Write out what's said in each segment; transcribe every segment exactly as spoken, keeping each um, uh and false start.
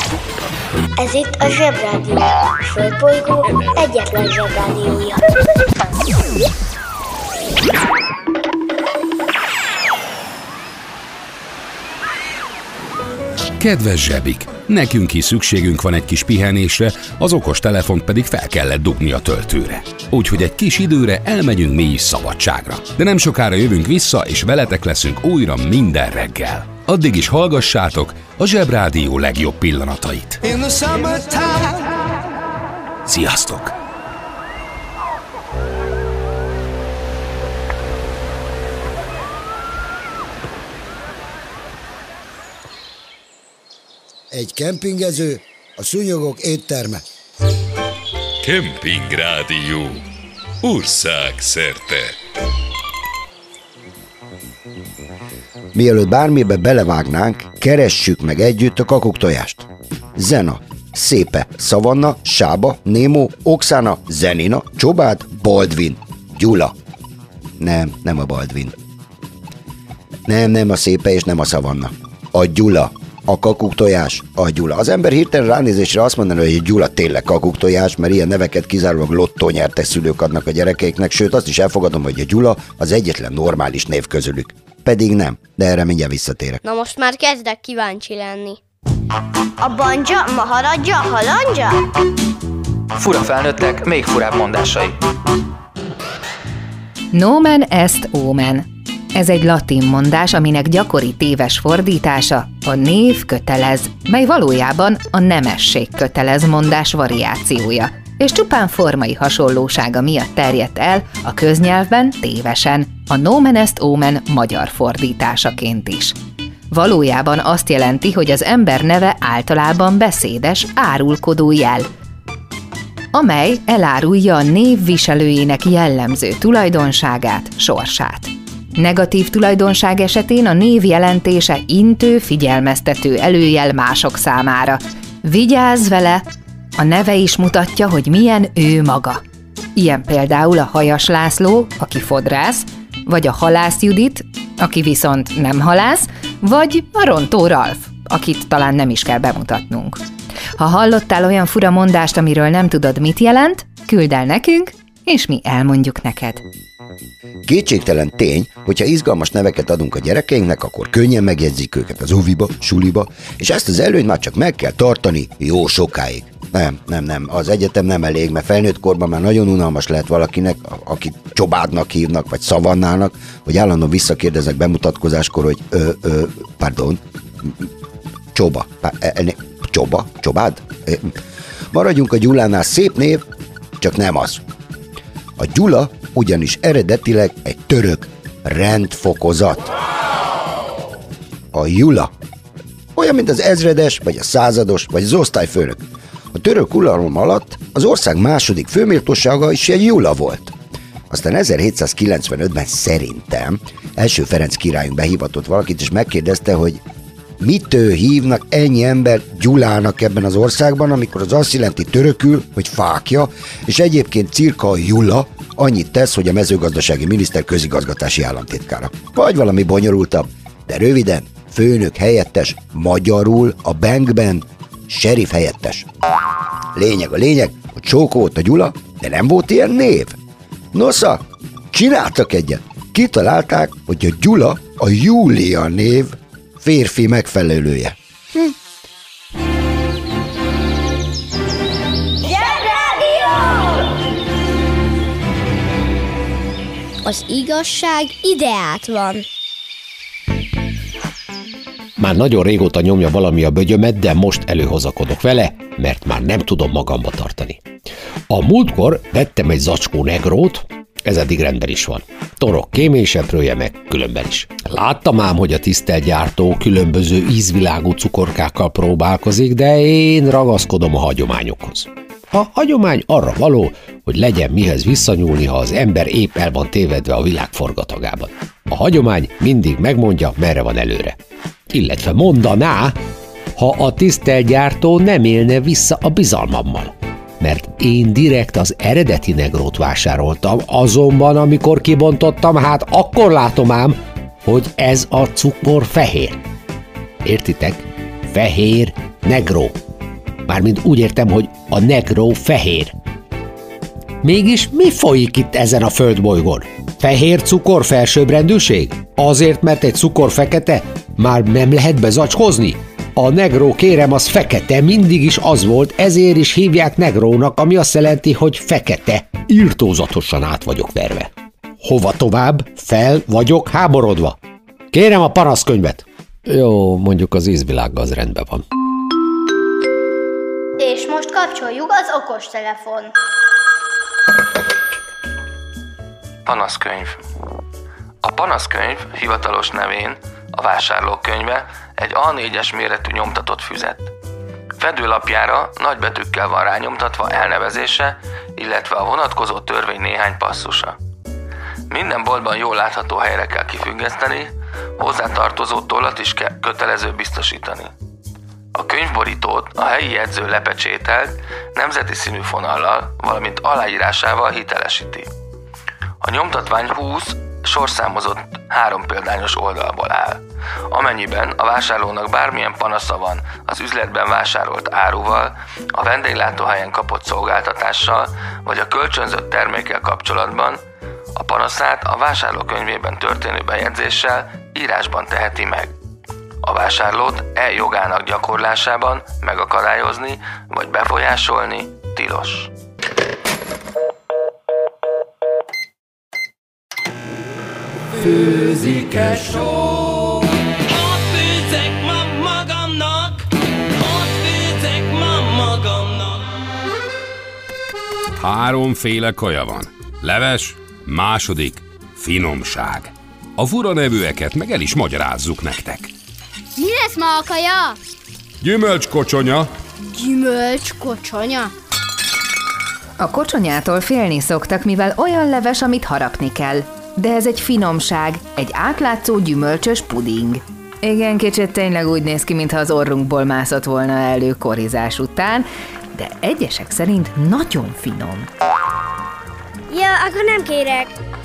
Ez itt a Zsebrádió, a Földbolygó egyetlen Zsebrádiója. Kedves zsebik, nekünk is szükségünk van egy kis pihenésre, az okos telefont pedig fel kellett dugni a töltőre. Úgyhogy egy kis időre elmegyünk mi is szabadságra. De nem sokára jövünk vissza, és veletek leszünk újra minden reggel. Addig is hallgassátok a Zsebrádió legjobb pillanatait. Sziasztok! Egy kempingező, a szúnyogok étterme. Kempingrádió. Országszerte. Mielőtt bármibe belevágnánk, keressük meg együtt a kakuktojást. Zena, Szépe, Szavanna, Sába, Némó, Oksana, Zenina, Csobád, Baldvin, Gyula. Nem, nem a Baldvin. Nem, nem a Szépe és nem a Szavanna. A Gyula. A kakuktojás, a Gyula. Az ember hirtelen ránézésre azt mondaná, hogy Gyula tényleg kakuktojás, mert ilyen neveket kizárólag lottónyertes szülők adnak a gyerekeiknek, sőt azt is elfogadom, hogy a Gyula az egyetlen normális név közülük. Pedig nem, de erre mindjárt visszatérek. Na most már kezdek kíváncsi lenni. A banja, maharadja, halandja? Fura felnőttek, még furább mondásai. Nomen est omen. Ez egy latin mondás, aminek gyakori téves fordítása a név kötelez, mely valójában a nemesség kötelez mondás variációja, és csupán formai hasonlósága miatt terjedt el a köznyelvben tévesen, a nomen est omen magyar fordításaként is. Valójában azt jelenti, hogy az ember neve általában beszédes, árulkodó jel, amely elárulja a név viselőjének jellemző tulajdonságát, sorsát. Negatív tulajdonság esetén a név jelentése intő, figyelmeztető előjel mások számára. Vigyázz vele, a neve is mutatja, hogy milyen ő maga. Ilyen például a Hajas László, aki fodrász, vagy a Halász Judit, aki viszont nem halász, vagy a Rontó Ralf, akit talán nem is kell bemutatnunk. Ha hallottál olyan fura mondást, amiről nem tudod, mit jelent, küldd el nekünk, és mi elmondjuk neked. Kétségtelen tény, hogyha izgalmas neveket adunk a gyerekeinknek, akkor könnyen megjegyzik őket az óviba, suliba, és ezt az előnyt már csak meg kell tartani jó sokáig. Nem, nem, nem, az egyetem nem elég, mert felnőtt korban már nagyon unalmas lehet valakinek, akit Csobádnak hívnak, vagy Szavannának, hogy állandóan visszakérdezek bemutatkozáskor, hogy ö, ö, pardon, Csoba, pá, e, ne, Csoba, Csobád? Maradjunk a Gyulánál, szép név, csak nem az. A Gyula ugyanis eredetileg egy török rendfokozat. A Jula. Olyan, mint az ezredes, vagy a százados, vagy az osztályfőnök. A török uralom alatt az ország második főméltósága is egy Jula volt. Aztán ezerhétszázkilencvenötben szerintem első Ferenc királyunk behívatott valakit, és megkérdezte, hogy mitől hívnak ennyi ember Gyulának ebben az országban, amikor az azt jelenti törökül, hogy fákja, és egyébként cirka a Jula annyit tesz, hogy a mezőgazdasági miniszter közigazgatási államtitkára. Vagy valami bonyolultabb, de röviden főnök helyettes, magyarul a bankben sheriff helyettes. Lényeg a lényeg, hogy csókó volt a Gyula, de nem volt ilyen név. Nosza, csináltak egyet. Kitalálták, hogy a Gyula a Júlia név férfi megfelelője. Hm. Az igazság ideát van. Már nagyon régóta nyomja valami a bögyömet, de most előhozakodok vele, mert már nem tudom magamba tartani. A múltkor vettem egy zacskó negrót, ez eddig rendben is van. Torok kéményseprője meg különben is. Láttam ám, hogy a tisztelt gyártó különböző ízvilágú cukorkákkal próbálkozik, de én ragaszkodom a hagyományokhoz. A hagyomány arra való, hogy legyen mihez visszanyúlni, ha az ember épp el van tévedve a világ forgatagában. A hagyomány mindig megmondja, merre van előre. Illetve mondaná, ha a tisztelt gyártó nem élne vissza a bizalmammal. Mert én direkt az eredeti negrót vásároltam, azonban amikor kibontottam, hát akkor látom ám, hogy ez a cukor fehér. Értitek? Fehér negró. Mármint úgy értem, hogy a negró fehér. Mégis mi folyik itt ezen a földbolygón? Fehér cukor felsőbbrendűség? Azért, mert egy cukor fekete? Már nem lehet bezacskozni? A negró, kérem, az fekete, mindig is az volt, ezért is hívják negrónak, ami azt jelenti, hogy fekete. Irtózatosan át vagyok verve. Hova tovább? Fel vagyok háborodva. Kérem a panaszkönyvet. Jó, mondjuk az ízvilággal az rendben van. És most kapcsoljuk az okostelefon. Panaszkönyv. A panaszkönyv hivatalos nevén a vásárlókönyve egy á négyes méretű nyomtatott füzet. Fedőlapjára nagybetűkkel van rányomtatva elnevezése, illetve a vonatkozó törvény néhány passzusa. Minden boltban jól látható helyre kell kifüggeszteni, hozzátartozó tollat is kell kötelező biztosítani. A könyvborítót a helyi jegyző lepecsételt, nemzeti színű fonallal, valamint aláírásával hitelesíti. A nyomtatvány húsz sorszámozott három példányos oldalból áll. Amennyiben a vásárlónak bármilyen panasza van az üzletben vásárolt áruval, a vendéglátóhelyen kapott szolgáltatással vagy a kölcsönzött termékkel kapcsolatban, a panaszát a vásárlókönyvében történő bejegyzéssel írásban teheti meg. A vásárlót e jogának gyakorlásában megakadályozni vagy befolyásolni tilos. Főzik-e só? Hadd főzzek ma magamnak, hadd főzzek ma magamnak. Háromféle kaja van. Leves, második, finomság. A fura nevűeket meg el is magyarázzuk nektek. Mi lesz ma a kaja? Gyümölcskocsonya. Gyümölcskocsonya? A kocsonyától félni szoktak, mivel olyan leves, amit harapni kell. De ez egy finomság, egy átlátszó gyümölcsös puding. Igen, kicsit tényleg úgy néz ki, mintha az orrunkból mászott volna elő korizás után, de egyesek szerint nagyon finom. Ja, akkor nem kérek.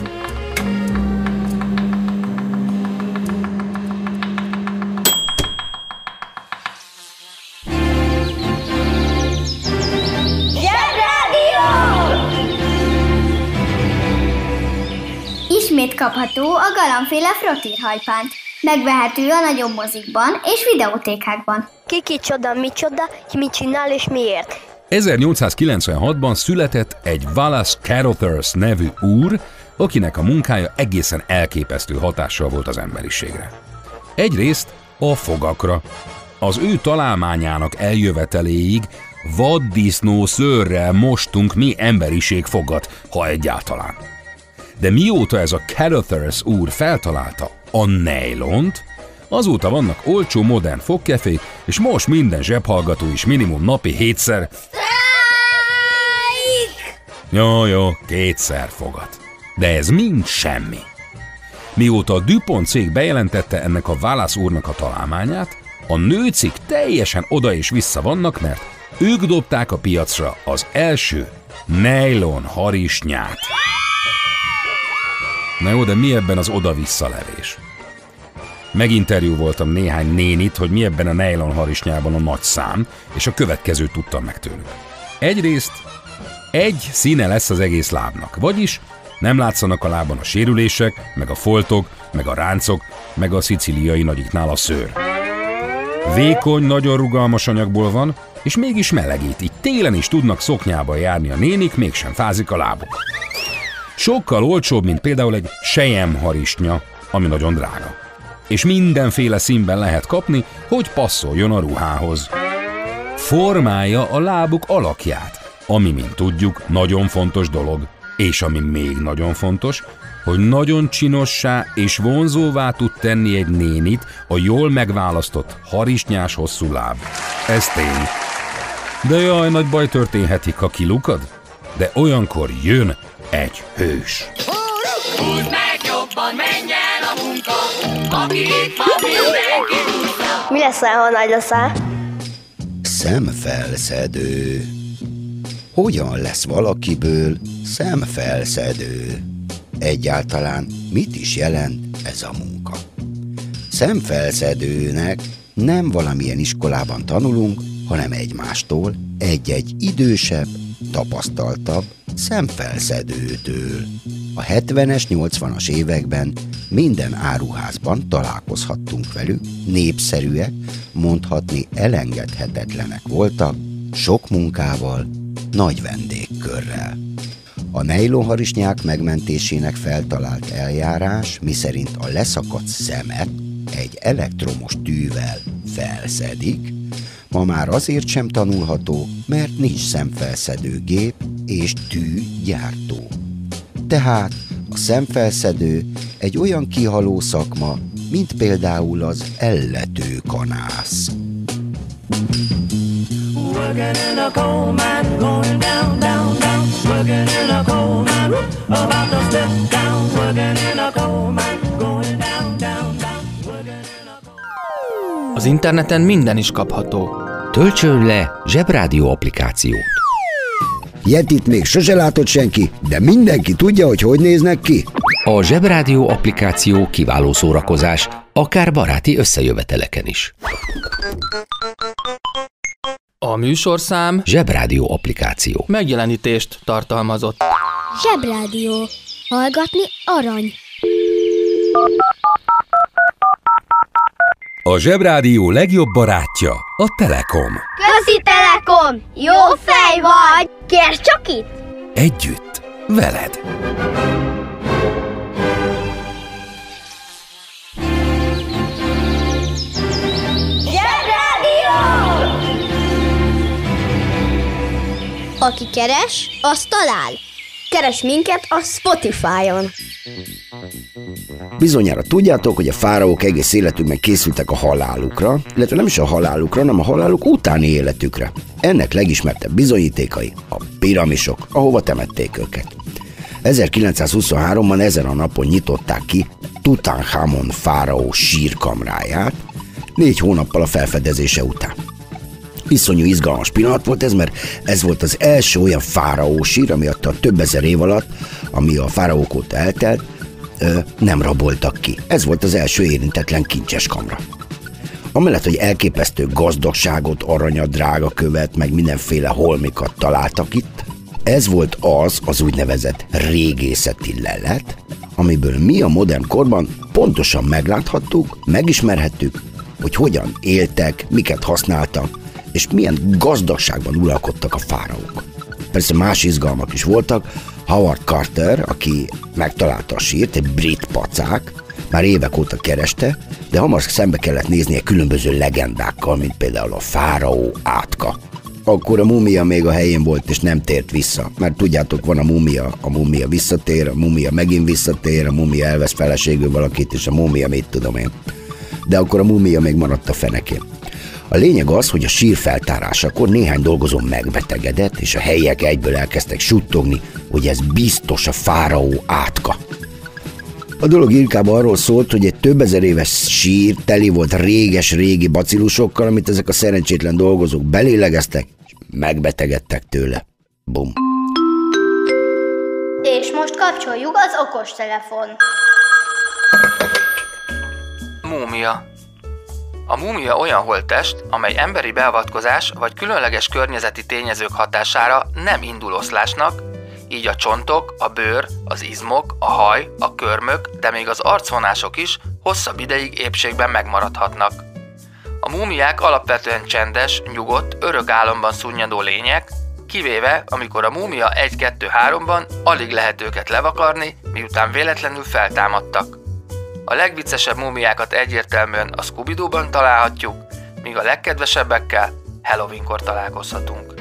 Ismét kapható a galambféle frottírhajpánt. Megvehető a nagyobb mozikban és videótékákban. Ki kicsoda, micsoda, ki mit csinál és miért? ezernyolcszázkilencvenhatban született egy Wallace Carothers nevű úr, akinek a munkája egészen elképesztő hatással volt az emberiségre. Egyrészt a fogakra. Az ő találmányának eljöveteléig vaddisznó szőrrel mostunk mi emberiség fogat, ha egyáltalán. De mióta ez a Carothers úr feltalálta a nejlont, azóta vannak olcsó modern fogkefék, és most minden zsebhallgató is minimum napi hétszer... Jó, jó, kétszer fogat. De ez mind semmi. Mióta a DuPont cég bejelentette ennek a Wallace úrnak a találmányát, a nőcik teljesen oda és vissza vannak, mert ők dobták a piacra az első nejlon harisnyát. Na jó, de mi ebben az oda-vissza levés? Meginterjúvoltam néhány nénit, hogy mi ebben a nejlon harisnyában a nagy szám, és a következőt tudtam meg tőlük. Egyrészt egy színe lesz az egész lábnak, vagyis nem látszanak a lábon a sérülések, meg a foltok, meg a ráncok, meg a szicíliai nagyiknál a szőr. Vékony, nagyon rugalmas anyagból van, és mégis melegít, így télen is tudnak szoknyába járni a nénik, mégsem fázik a lábuk. Sokkal olcsóbb, mint például egy selyemharisnya, ami nagyon drága. És mindenféle színben lehet kapni, hogy passzoljon a ruhához. Formálja a lábuk alakját, ami, mint tudjuk, nagyon fontos dolog. És ami még nagyon fontos, hogy nagyon csinossá és vonzóvá tud tenni egy nénit a jól megválasztott harisnyás hosszú láb. Ez tény. De jaj, nagy baj történhetik, ha kilukad. De olyankor jön egy hős. Húzd meg jobban, menj el a munka, aki itt van, mindenki húzza. Mi leszel, ha nagy leszel? Szemfelszedő. Hogyan lesz valakiből szemfelszedő? Egyáltalán mit is jelent ez a munka? Szemfelszedőnek nem valamilyen iskolában tanulunk, hanem egymástól, egy-egy idősebb, tapasztaltabb szemfelszedőtől. A hetvenes, nyolcvanas években minden áruházban találkozhattunk velük, népszerűek, mondhatni elengedhetetlenek voltak, sok munkával, nagy vendégkörrel. A nejlonharisnyák megmentésének feltalált eljárás, miszerint a leszakadt szemet egy elektromos tűvel felszedik, ma már azért sem tanulható, mert nincs szemfelszedő gép és tűgyártó. Tehát a szemfelszedő egy olyan kihaló szakma, mint például az elletőkanász. Working in a coal mine, going down, down, down. Working in a coal mine, about to step down. Working in a coal mine, going down, down, down. Working in a coal... Az interneten minden is kapható. Töltsön le Zsebrádió applikációt. Yetit még sose látott senki, de mindenki tudja, hogy hogy néznek ki. A Zsebrádió applikáció kiváló szórakozás, akár baráti összejöveteleken is. A műsorszám Zsebrádió applikáció megjelenítést tartalmazott. Zsebrádió. Hallgatni arany. A Zsebrádió legjobb barátja a Telekom. Köszi Telekom! Jó fej vagy! Kérd csak itt! Együtt, veled. Zsebrádió! Aki keres, az talál. Keres minket a Spotify-on. Bizonyára tudjátok, hogy a fáraók egész életükben készültek a halálukra, illetve nem is a halálukra, hanem a haláluk utáni életükre. Ennek legismertebb bizonyítékai a piramisok, ahova temették őket. ezerkilencszázhuszonháromban ezen a napon nyitották ki Tutanhamon fáraó sírkamráját, négy hónappal a felfedezése után. Iszonyú izgalmas pillanat volt ez, mert ez volt az első olyan fáraó sír, ami a több ezer év alatt, ami a fáraók óta eltelt, ö, nem raboltak ki. Ez volt az első érintetlen kincses kamra. Amellett, hogy elképesztő gazdagságot, aranyat, drágakövet, meg mindenféle holmikat találtak itt, ez volt az az úgynevezett régészeti lelet, amiből mi a modern korban pontosan megláthattuk, megismerhettük, hogy hogyan éltek, miket használtak, és milyen gazdagságban uralkodtak a fáraók. Persze más izgalmak is voltak. Howard Carter, aki megtalálta a sírt, egy brit pacák, már évek óta kereste, de hamar szembe kellett néznie különböző legendákkal, mint például a fáraó átka. Akkor a mumia még a helyén volt, és nem tért vissza, mert tudjátok, van a mumia, a mumia visszatér, a mumia megint visszatér, a mumia elvesz feleségül valakit, és a mumia mit tudom én. De akkor a mumia még maradt a fenekén. A lényeg az, hogy a sír feltárásakor néhány dolgozó megbetegedett, és a helyiek egyből elkezdtek suttogni, hogy ez biztos a fáraó átka. A dolog inkább arról szólt, hogy egy több ezer éves sír teli volt réges-régi bacillusokkal, amit ezek a szerencsétlen dolgozók belélegeztek, és megbetegedtek tőle. Bum. És most kapcsoljuk az okostelefon. Múmia. A múmia olyan holttest, amely emberi beavatkozás vagy különleges környezeti tényezők hatására nem indul oszlásnak, így a csontok, a bőr, az izmok, a haj, a körmök, de még az arcvonások is hosszabb ideig épségben megmaradhatnak. A múmiák alapvetően csendes, nyugodt, örök álomban szunnyadó lények, kivéve amikor a múmia egy-kettő-háromban alig lehet őket levakarni, miután véletlenül feltámadtak. A legviccesebb múmiákat egyértelműen a Scooby-Dooban találhatjuk, míg a legkedvesebbekkel Halloweenkor találkozhatunk.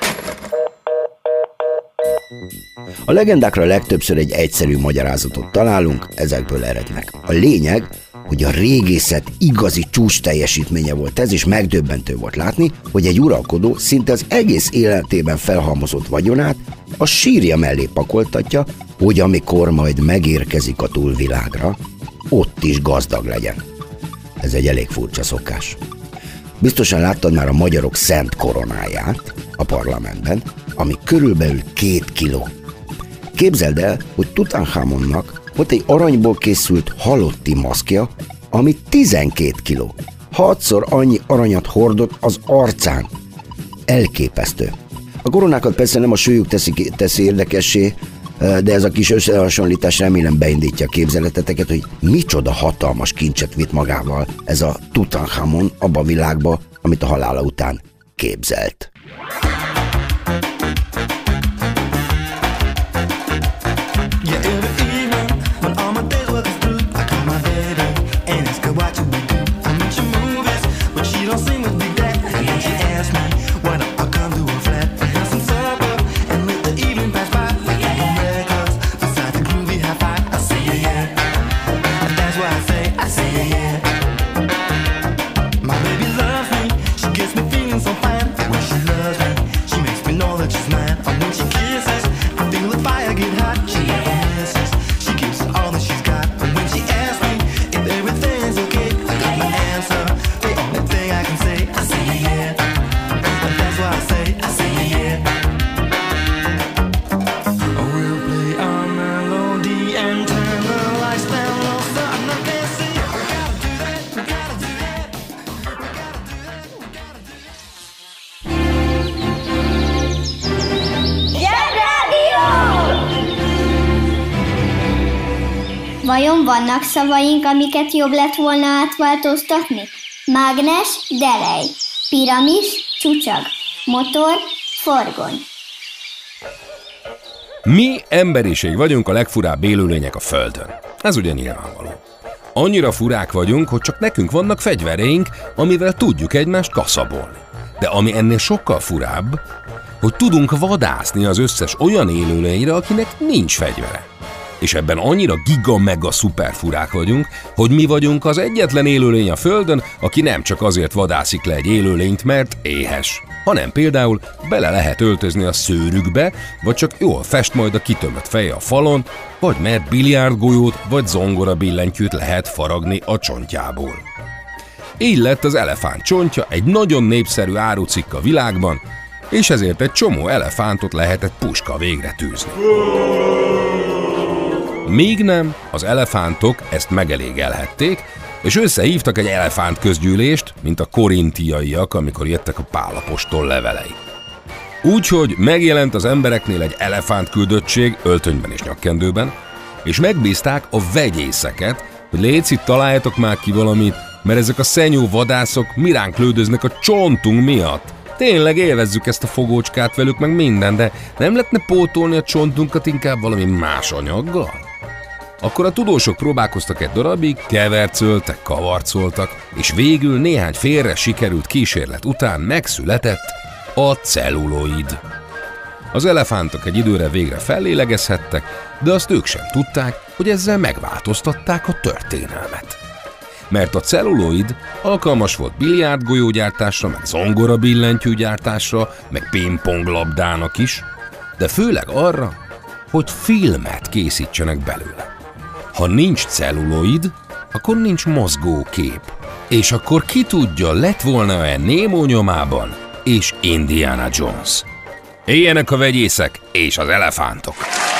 A legendákra legtöbbször egy egyszerű magyarázatot találunk, ezekből erednek. A lényeg, hogy a régészet igazi csúcs teljesítménye volt ez, és megdöbbentő volt látni, hogy egy uralkodó szinte az egész életében felhalmozott vagyonát a sírja mellé pakoltatja, hogy amikor majd megérkezik a túlvilágra, ott is gazdag legyen. Ez egy elég furcsa szokás. Biztosan láttad már a magyarok szent koronáját a parlamentben, ami körülbelül két kiló. Képzeld el, hogy Tutanhamonnak volt egy aranyból készült halotti maszkja, ami tizenkét kiló. Hatszor annyi aranyat hordott az arcán. elképesztő. A koronákat persze nem a súlyuk teszi, teszi érdekessé, de ez a kis összehasonlítás remélem beindítja a képzeleteteket, hogy micsoda hatalmas kincset vitt magával ez a Tutankamon abba a világba, amit a halála után képzelt. Vajon vannak szavaink, amiket jobb lett volna átváltoztatni? Mágnes, delej, piramis, csúcsag, motor, forgony. Mi emberiség vagyunk a legfurább élőlények a Földön. Ez ugye nyilvánvaló. Annyira furák vagyunk, hogy csak nekünk vannak fegyvereink, amivel tudjuk egymást kaszabolni. De ami ennél sokkal furább, hogy tudunk vadászni az összes olyan élőlényre, akinek nincs fegyvere. És ebben annyira giga-mega szuperfurák vagyunk, hogy mi vagyunk az egyetlen élőlény a Földön, aki nem csak azért vadászik le egy élőlényt, mert éhes, hanem például bele lehet öltözni a szőrükbe, vagy csak jól fest majd a kitömött feje a falon, vagy mert biliárdgolyót vagy zongora billentyűt lehet faragni a csontjából. Így lett az elefánt csontja egy nagyon népszerű árucikk a világban, és ezért egy csomó elefántot lehetett puska végre tűzni. Míg nem, az elefántok ezt megelégelhették, és összehívtak egy elefánt közgyűlést, mint a korintiaiak, amikor jöttek a Pál apostol levelei. Úgyhogy megjelent az embereknél egy elefánt küldöttség öltönyben és nyakkendőben, és megbízták a vegyészeket, hogy léci, találjatok már ki valamit, mert ezek a szenyó vadászok miránk lődöznek a csontunk miatt. Tényleg élvezzük ezt a fogócskát velük, meg minden, de nem lehetne pótolni a csontunkat inkább valami más anyaggal? Akkor a tudósok próbálkoztak egy darabig, kevercöltek, kavarcoltak, és végül néhány félre sikerült kísérlet után megszületett a celluloid. Az elefántok egy időre végre fellélegezhettek, de azt ők sem tudták, hogy ezzel megváltoztatták a történelmet. Mert a celluloid alkalmas volt biliárdgolyógyártásra, meg zongora billentyűgyártásra, meg pingponglabdának is, de főleg arra, hogy filmet készítsenek belőle. Ha nincs celluloid, akkor nincs mozgókép. És akkor ki tudja, lett volna-e Nemo nyomában és Indiana Jones. Éljenek a vegyészek és az elefántok!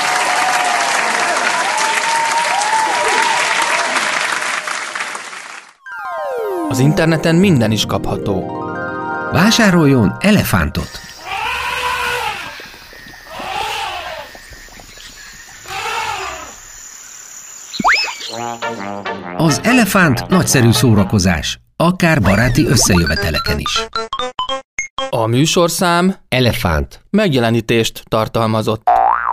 Az interneten minden is kapható. Vásároljon elefántot! Az elefánt nagyszerű szórakozás, akár baráti összejöveteleken is. A műsorszám Elefánt megjelenítést tartalmazott.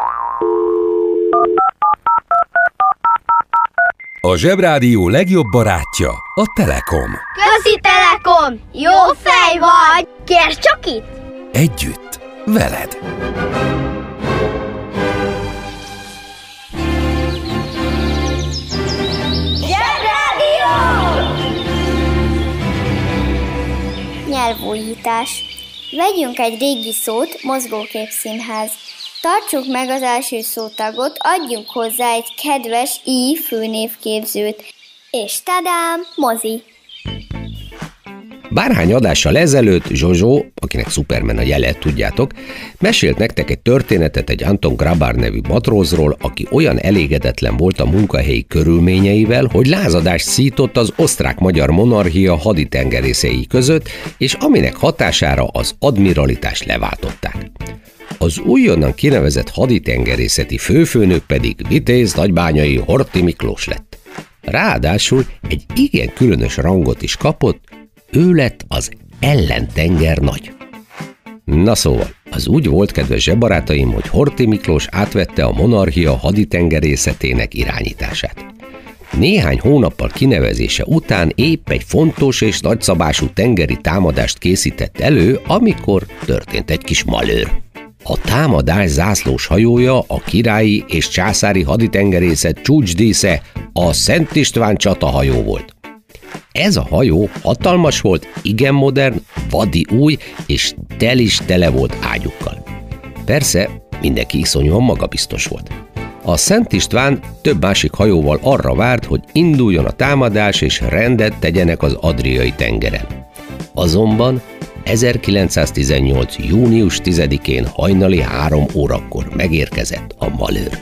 A Zsebrádió legjobb barátja a Telekom. Köszi Telekom! Jó fej vagy! Kérd csak itt! Együtt, veled! Zsebrádió! Nyelvújítás. Vegyünk egy régi szót, mozgóképszínház. Tartsuk meg az első szótagot, adjunk hozzá egy kedves i főnévképzőt. És tadám, mozi! Bárhány adással ezelőtt Zsozsó, akinek Superman a jele, tudjátok, mesélt nektek egy történetet egy Anton Grabár nevű matrózról, aki olyan elégedetlen volt a munkahelyi körülményeivel, hogy lázadást szított az osztrák-magyar monarchia haditengerészei között, és aminek hatására az admiralitást leváltották. Az újonnan kinevezett haditengerészeti főfőnök pedig Vitéz nagybányai Horthy Miklós lett. Ráadásul egy igen különös rangot is kapott, ő lett az ellentenger nagy. Na szóval, az úgy volt, kedves zsebbarátaim, hogy Horthy Miklós átvette a monarchia haditengerészetének irányítását. Néhány hónappal kinevezése után épp egy fontos és nagyszabású tengeri támadást készített elő, amikor történt egy kis malőr. A támadás zászlós hajója a királyi és császári haditengerészet csúcsdísze, a Szent István csatahajó volt. Ez a hajó hatalmas volt, igen modern, vadi új, és tel is tele volt ágyukkal. Persze, mindenki iszonyúan magabiztos volt. A Szent István több másik hajóval arra várt, hogy induljon a támadás, és rendet tegyenek az Adriai tengeren. Azonban ezerkilencszáztizennyolc. június tizedikén hajnali három órakor megérkezett a malőr.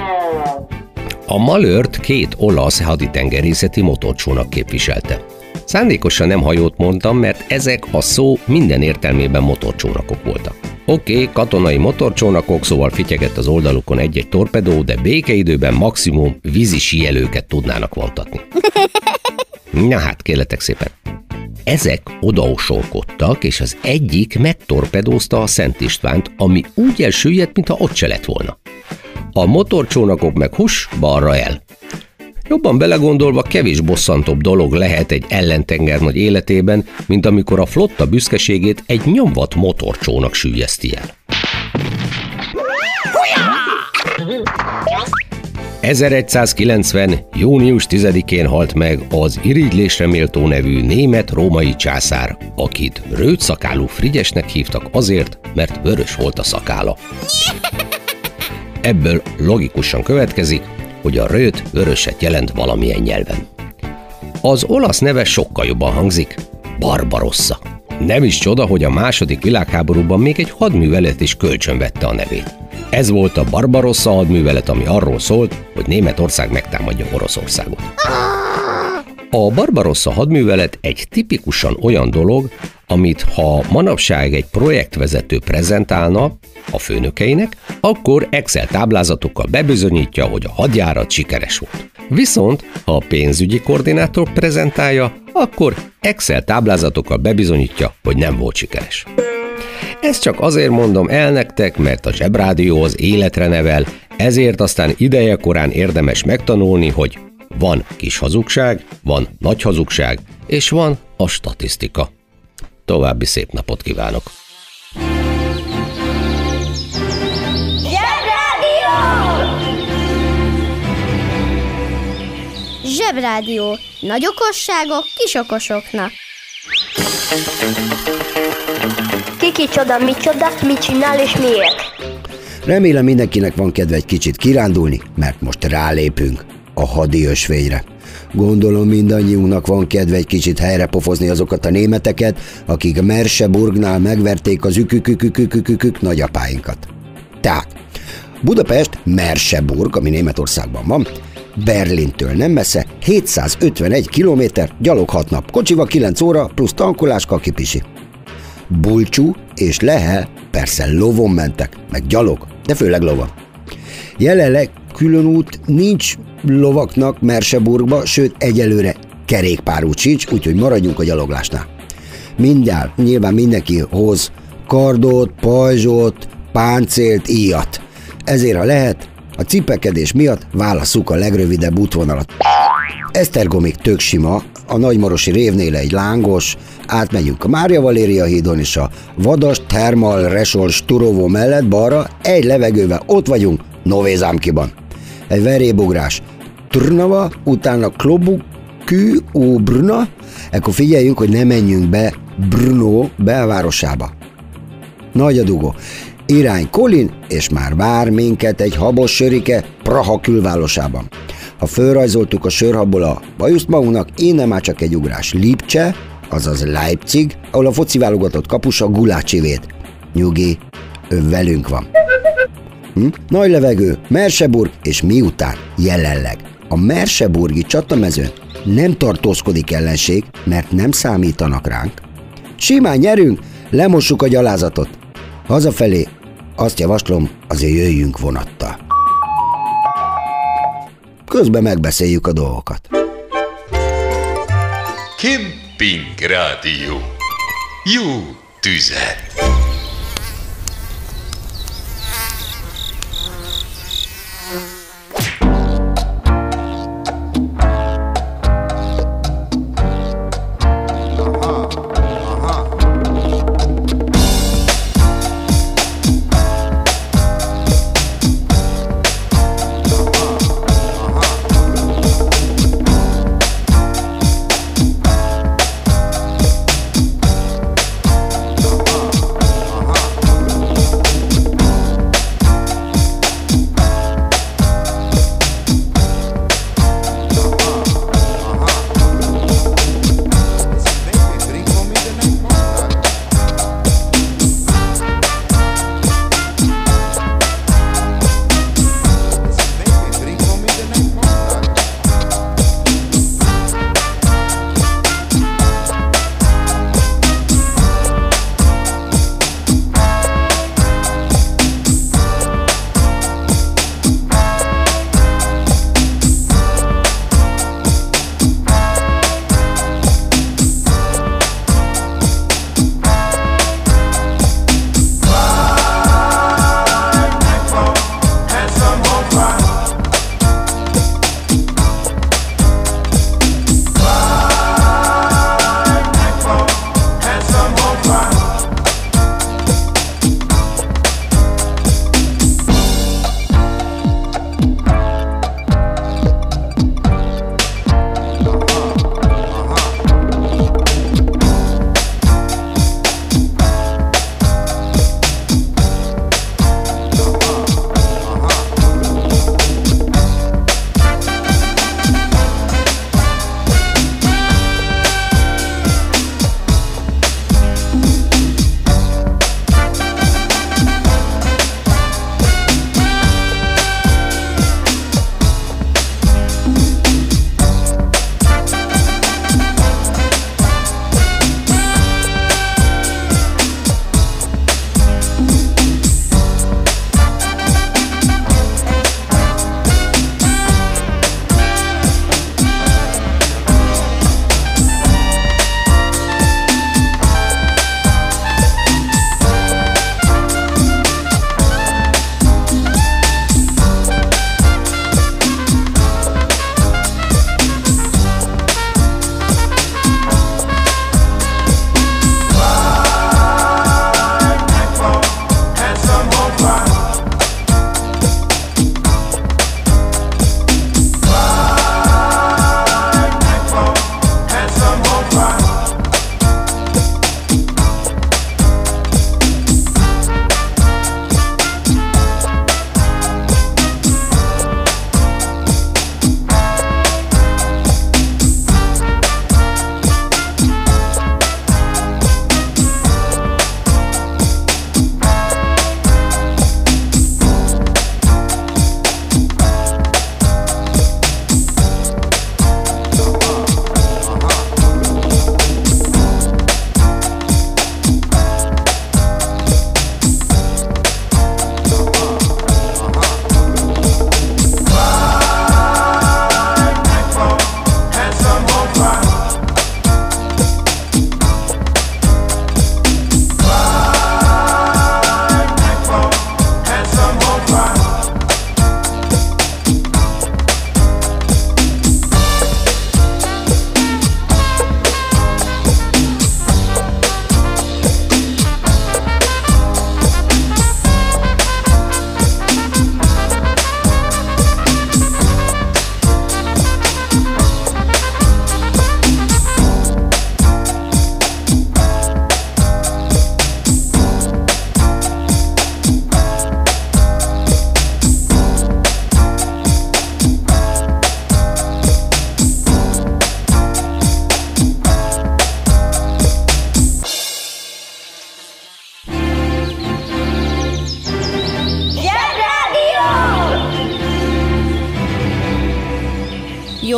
A malőrt két olasz haditengerészeti motorcsónak képviselte. Szándékosan nem hajót mondtam, mert ezek a szó minden értelmében motorcsónakok voltak. Oké, okay, katonai motorcsónakok, szóval fityegett az oldalukon egy-egy torpedó, de békeidőben maximum vízi síelőket tudnának vontatni. Na hát, kérletek szépen. Ezek odaosonkodtak, és az egyik megtorpedózta a Szent Istvánt, ami úgy elsüllyedt, mintha ott se lett volna. A motorcsónakok meg hus, balra el. Jobban belegondolva kevés bosszantóbb dolog lehet egy ellentengernagy életében, mint amikor a flotta büszkeségét egy nyomvat motorcsónak süllyeszti el. ezeregyszázkilencven. június tizedikén halt meg az irigylésre méltó nevű német-római császár, akit rövidszakálú Frigyesnek hívtak azért, mert vörös volt a szakála. Ebből logikusan következik, hogy a rövid vöröset jelent valamilyen nyelven. Az olasz neve sokkal jobban hangzik, Barbarossa. Nem is csoda, hogy a második világháborúban még egy hadművelet is kölcsönvette a nevét. Ez volt a Barbarossa hadművelet, ami arról szólt, hogy Németország megtámadja Oroszországot. A Barbarossa hadművelet egy tipikusan olyan dolog, amit ha manapság egy projektvezető prezentálna a főnökeinek, akkor Excel táblázatokkal bebizonyítja, hogy a hadjárat sikeres volt. Viszont ha a pénzügyi koordinátor prezentálja, akkor Excel táblázatokkal bebizonyítja, hogy nem volt sikeres. Ezt csak azért mondom el nektek, mert a Zsebrádió az életre nevel, ezért aztán idejekorán érdemes megtanulni, hogy van kis hazugság, van nagy hazugság, és van a statisztika. További szép napot kívánok! Zsebrádió! Zsebrádió. Nagy okosságok kis okosoknak. Kiki csoda, mit csoda, mit csinál és miért? Remélem mindenkinek van kedve egy kicsit kirándulni, mert most rálépünk a hadi ösvényre. Gondolom mindannyiunknak van kedve egy kicsit helyrepofozni azokat a németeket, akik a Merseburgnál megverték az ükükükükükükük nagyapáinkat. Tehát Budapest, Merseburg, ami Németországban van, Berlintől nem messze, hétszázötvenegy kilométer, gyalog hat nap, kocsival kilenc óra, plusz tankolás, kakipisi. Bulcsú és Lehel persze lovon mentek, meg gyalog, de főleg lovon. Jelenleg külön út nincs lovaknak Merseburgba, sőt egyelőre kerékpárút sincs, úgyhogy maradjunk a gyaloglásnál. Mindjárt nyilván mindenki hoz kardot, pajzsot, páncélt, íjat. Ezért ha lehet, a cipekedés miatt válasszuk a legrövidebb útvonalat. Esztergomig tök sima, a Nagymarosi révnél egy lángos, átmegyünk a Mária Valéria hídon, és a Vadas Thermal Resol Sturovó mellett balra egy levegővel ott vagyunk Nové Zámkiban. Egy verébugrás Trnava, utána Klobukű ó Brna, ekkor figyeljünk, hogy ne menjünk be Brno belvárosába. Nagy a dugó. Irány Kolin, és már vár minket egy habos sörike Praha külvárosában. Ha fölrajzoltuk a sörhabból a bajuszt magunknak, innen már csak egy ugrás Lipcse, azaz Leipzig, ahol a foci válogatott kapusa Gulácsivét. Nyugi, ő velünk van. Hm? Nagy levegő, Merseburg, és miután jelenleg a merseburgi csatamezőn nem tartózkodik ellenség, mert nem számítanak ránk, simán nyerünk, lemossuk a gyalázatot. Hazafelé azt javaslom, azért jöjjünk vonattal. Közben megbeszéljük a dolgokat. Kemping Rádió. Jó tüzet!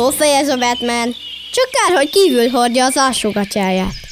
Jó fej ez a Batman. Csak kár, hogy kívül hordja az alsógatyáját.